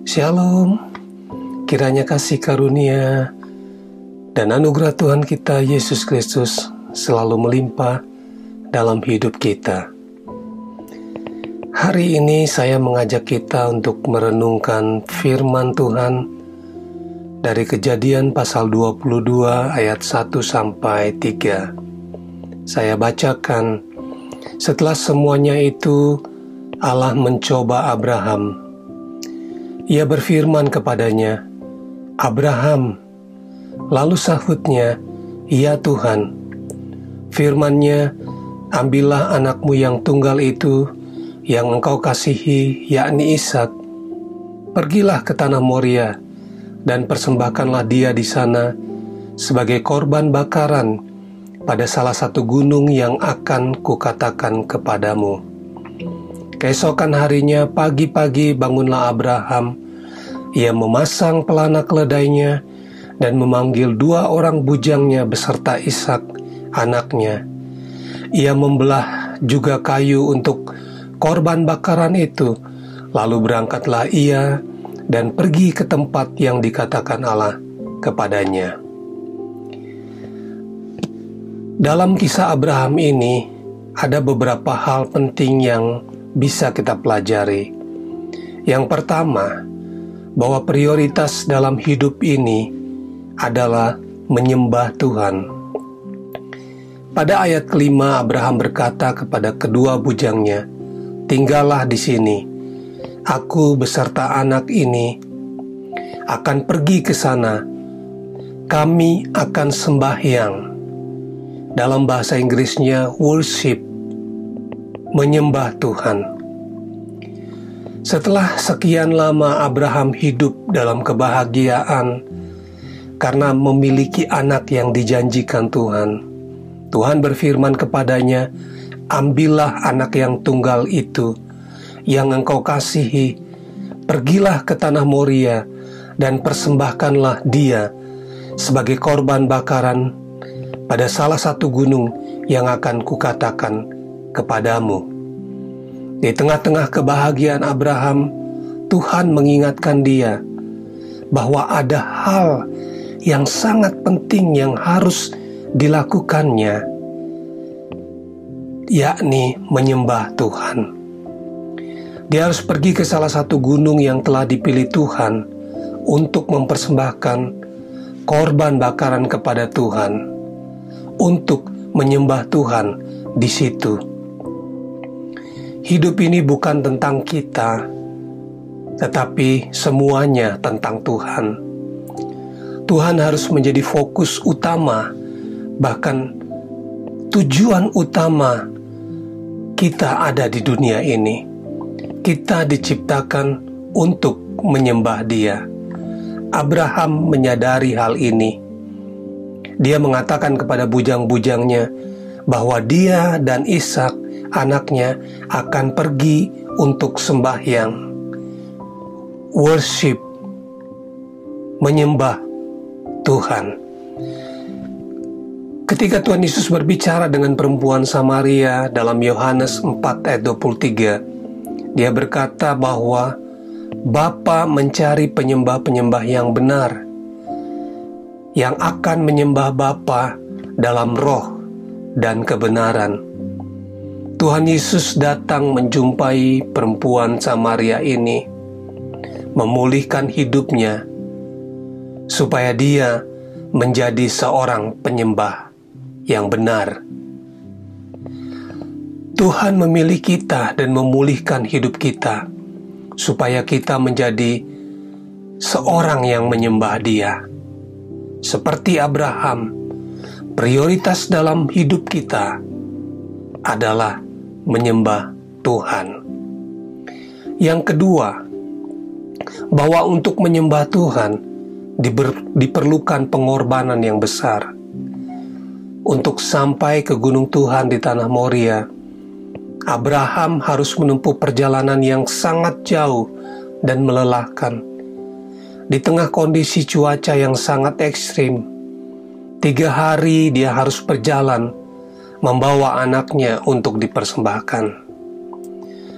Shalom, kiranya kasih karunia dan anugerah Tuhan kita Yesus Kristus selalu melimpah dalam hidup kita. Hari ini saya mengajak kita untuk merenungkan firman Tuhan dari Kejadian pasal 22 ayat 1-3. Saya bacakan, setelah semuanya itu Allah mencoba Abraham. Ia berfirman kepadanya, "Abraham." Lalu sahutnya, "Ya Tuhan." Firman-Nya, "Ambillah anakmu yang tunggal itu, yang engkau kasihi, yakni Ishak. Pergilah ke tanah Moria, dan persembahkanlah dia di sana sebagai korban bakaran pada salah satu gunung yang akan kukatakan kepadamu." Keesokan harinya pagi-pagi bangunlah Abraham. Ia memasang pelana keledainya dan memanggil 2 orang bujangnya beserta Ishak anaknya. Ia membelah juga kayu untuk korban bakaran itu. Lalu berangkatlah ia dan pergi ke tempat yang dikatakan Allah kepadanya. Dalam kisah Abraham ini ada beberapa hal penting yang bisa kita pelajari. Yang pertama, bahwa prioritas dalam hidup ini adalah menyembah Tuhan. Pada ayat kelima, Abraham berkata kepada kedua bujangnya, "Tinggallah di sini. Aku beserta anak ini akan pergi ke sana. Kami akan sembahyang." Dalam bahasa Inggrisnya worship, menyembah Tuhan. Setelah sekian lama Abraham hidup dalam kebahagiaan karena memiliki anak yang dijanjikan Tuhan. Tuhan berfirman kepadanya, "Ambillah anak yang tunggal itu, yang engkau kasihi, pergilah ke tanah Moria dan persembahkanlah dia sebagai korban bakaran pada salah satu gunung yang akan kukatakan kepadamu." Di tengah-tengah kebahagiaan Abraham, Tuhan mengingatkan dia bahwa ada hal yang sangat penting yang harus dilakukannya, yakni menyembah Tuhan. Dia harus pergi ke salah satu gunung yang telah dipilih Tuhan untuk mempersembahkan korban bakaran kepada Tuhan, untuk menyembah Tuhan di situ. Hidup ini bukan tentang kita, tetapi semuanya tentang Tuhan. Tuhan harus menjadi fokus utama, bahkan tujuan utama kita ada di dunia ini. Kita diciptakan untuk menyembah Dia. Abraham menyadari hal ini. Dia mengatakan kepada bujang-bujangnya bahwa dia dan Ishak anaknya akan pergi untuk sembahyang, worship, menyembah Tuhan. Ketika Tuhan Yesus berbicara dengan perempuan Samaria dalam Yohanes 4 ayat 23, Dia berkata bahwa Bapa mencari penyembah-penyembah yang benar, yang akan menyembah Bapa dalam roh dan kebenaran. Tuhan Yesus datang menjumpai perempuan Samaria ini, memulihkan hidupnya, supaya dia menjadi seorang penyembah yang benar. Tuhan memilih kita dan memulihkan hidup kita, supaya kita menjadi seorang yang menyembah Dia. Seperti Abraham, prioritas dalam hidup kita adalah menyembah Tuhan. Yang kedua, bahwa untuk menyembah Tuhan diperlukan pengorbanan yang besar. Untuk sampai ke gunung Tuhan di tanah Moria, Abraham harus menempuh perjalanan yang sangat jauh dan melelahkan. Di tengah kondisi cuaca yang sangat ekstrim, 3 hari dia harus berjalan membawa anaknya untuk dipersembahkan.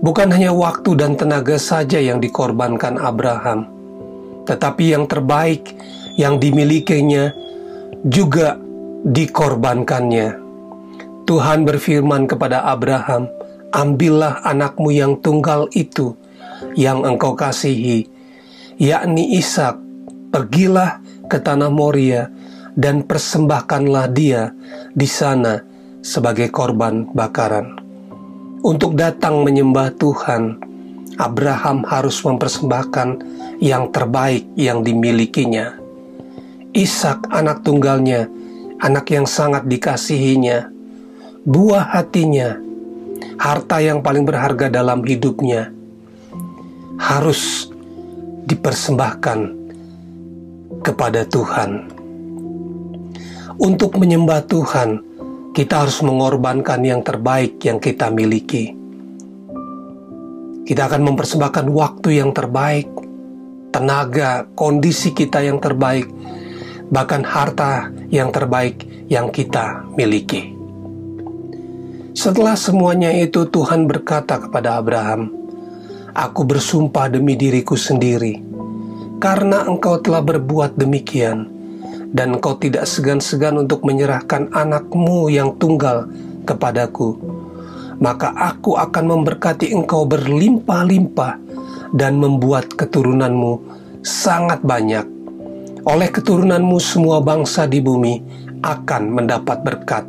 Bukan hanya waktu dan tenaga saja yang dikorbankan Abraham, tetapi yang terbaik yang dimilikinya juga dikorbankannya. Tuhan berfirman kepada Abraham, "Ambillah anakmu yang tunggal itu, yang engkau kasihi, yakni Ishak. Pergilah ke tanah Moria dan persembahkanlah dia di sana sebagai korban bakaran." Untuk datang menyembah Tuhan, Abraham harus mempersembahkan yang terbaik yang dimilikinya. Ishak anak tunggalnya, anak yang sangat dikasihinya, buah hatinya, harta yang paling berharga dalam hidupnya, harus dipersembahkan kepada Tuhan. Untuk menyembah Tuhan, kita harus mengorbankan yang terbaik yang kita miliki. Kita akan mempersembahkan waktu yang terbaik, tenaga, kondisi kita yang terbaik, bahkan harta yang terbaik yang kita miliki. Setelah semuanya itu, Tuhan berkata kepada Abraham, "Aku bersumpah demi diriku sendiri, karena engkau telah berbuat demikian, dan engkau tidak segan-segan untuk menyerahkan anakmu yang tunggal kepadaku, maka aku akan memberkati engkau berlimpah-limpah dan membuat keturunanmu sangat banyak. Oleh keturunanmu semua bangsa di bumi akan mendapat berkat."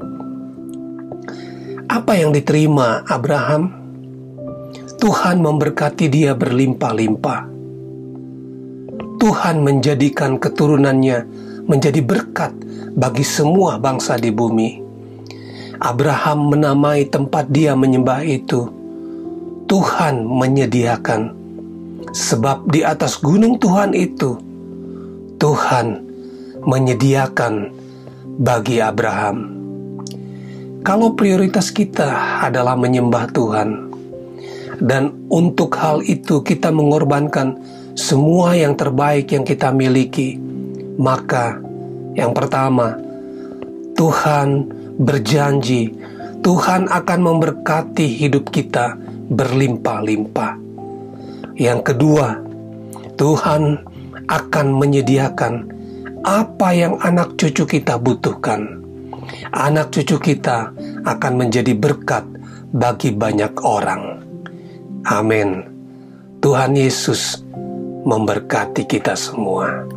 Apa yang diterima Abraham? Tuhan memberkati dia berlimpah-limpah. Tuhan menjadikan keturunannya menjadi berkat bagi semua bangsa di bumi. Abraham menamai tempat dia menyembah itu, Tuhan menyediakan. Sebab di atas gunung Tuhan itu, Tuhan menyediakan bagi Abraham. Kalau prioritas kita adalah menyembah Tuhan, dan untuk hal itu kita mengorbankan semua yang terbaik yang kita miliki, maka yang pertama, Tuhan berjanji Tuhan akan memberkati hidup kita berlimpah-limpah. Yang kedua, Tuhan akan menyediakan apa yang anak cucu kita butuhkan. Anak cucu kita akan menjadi berkat bagi banyak orang. Amin. Tuhan Yesus memberkati kita semua.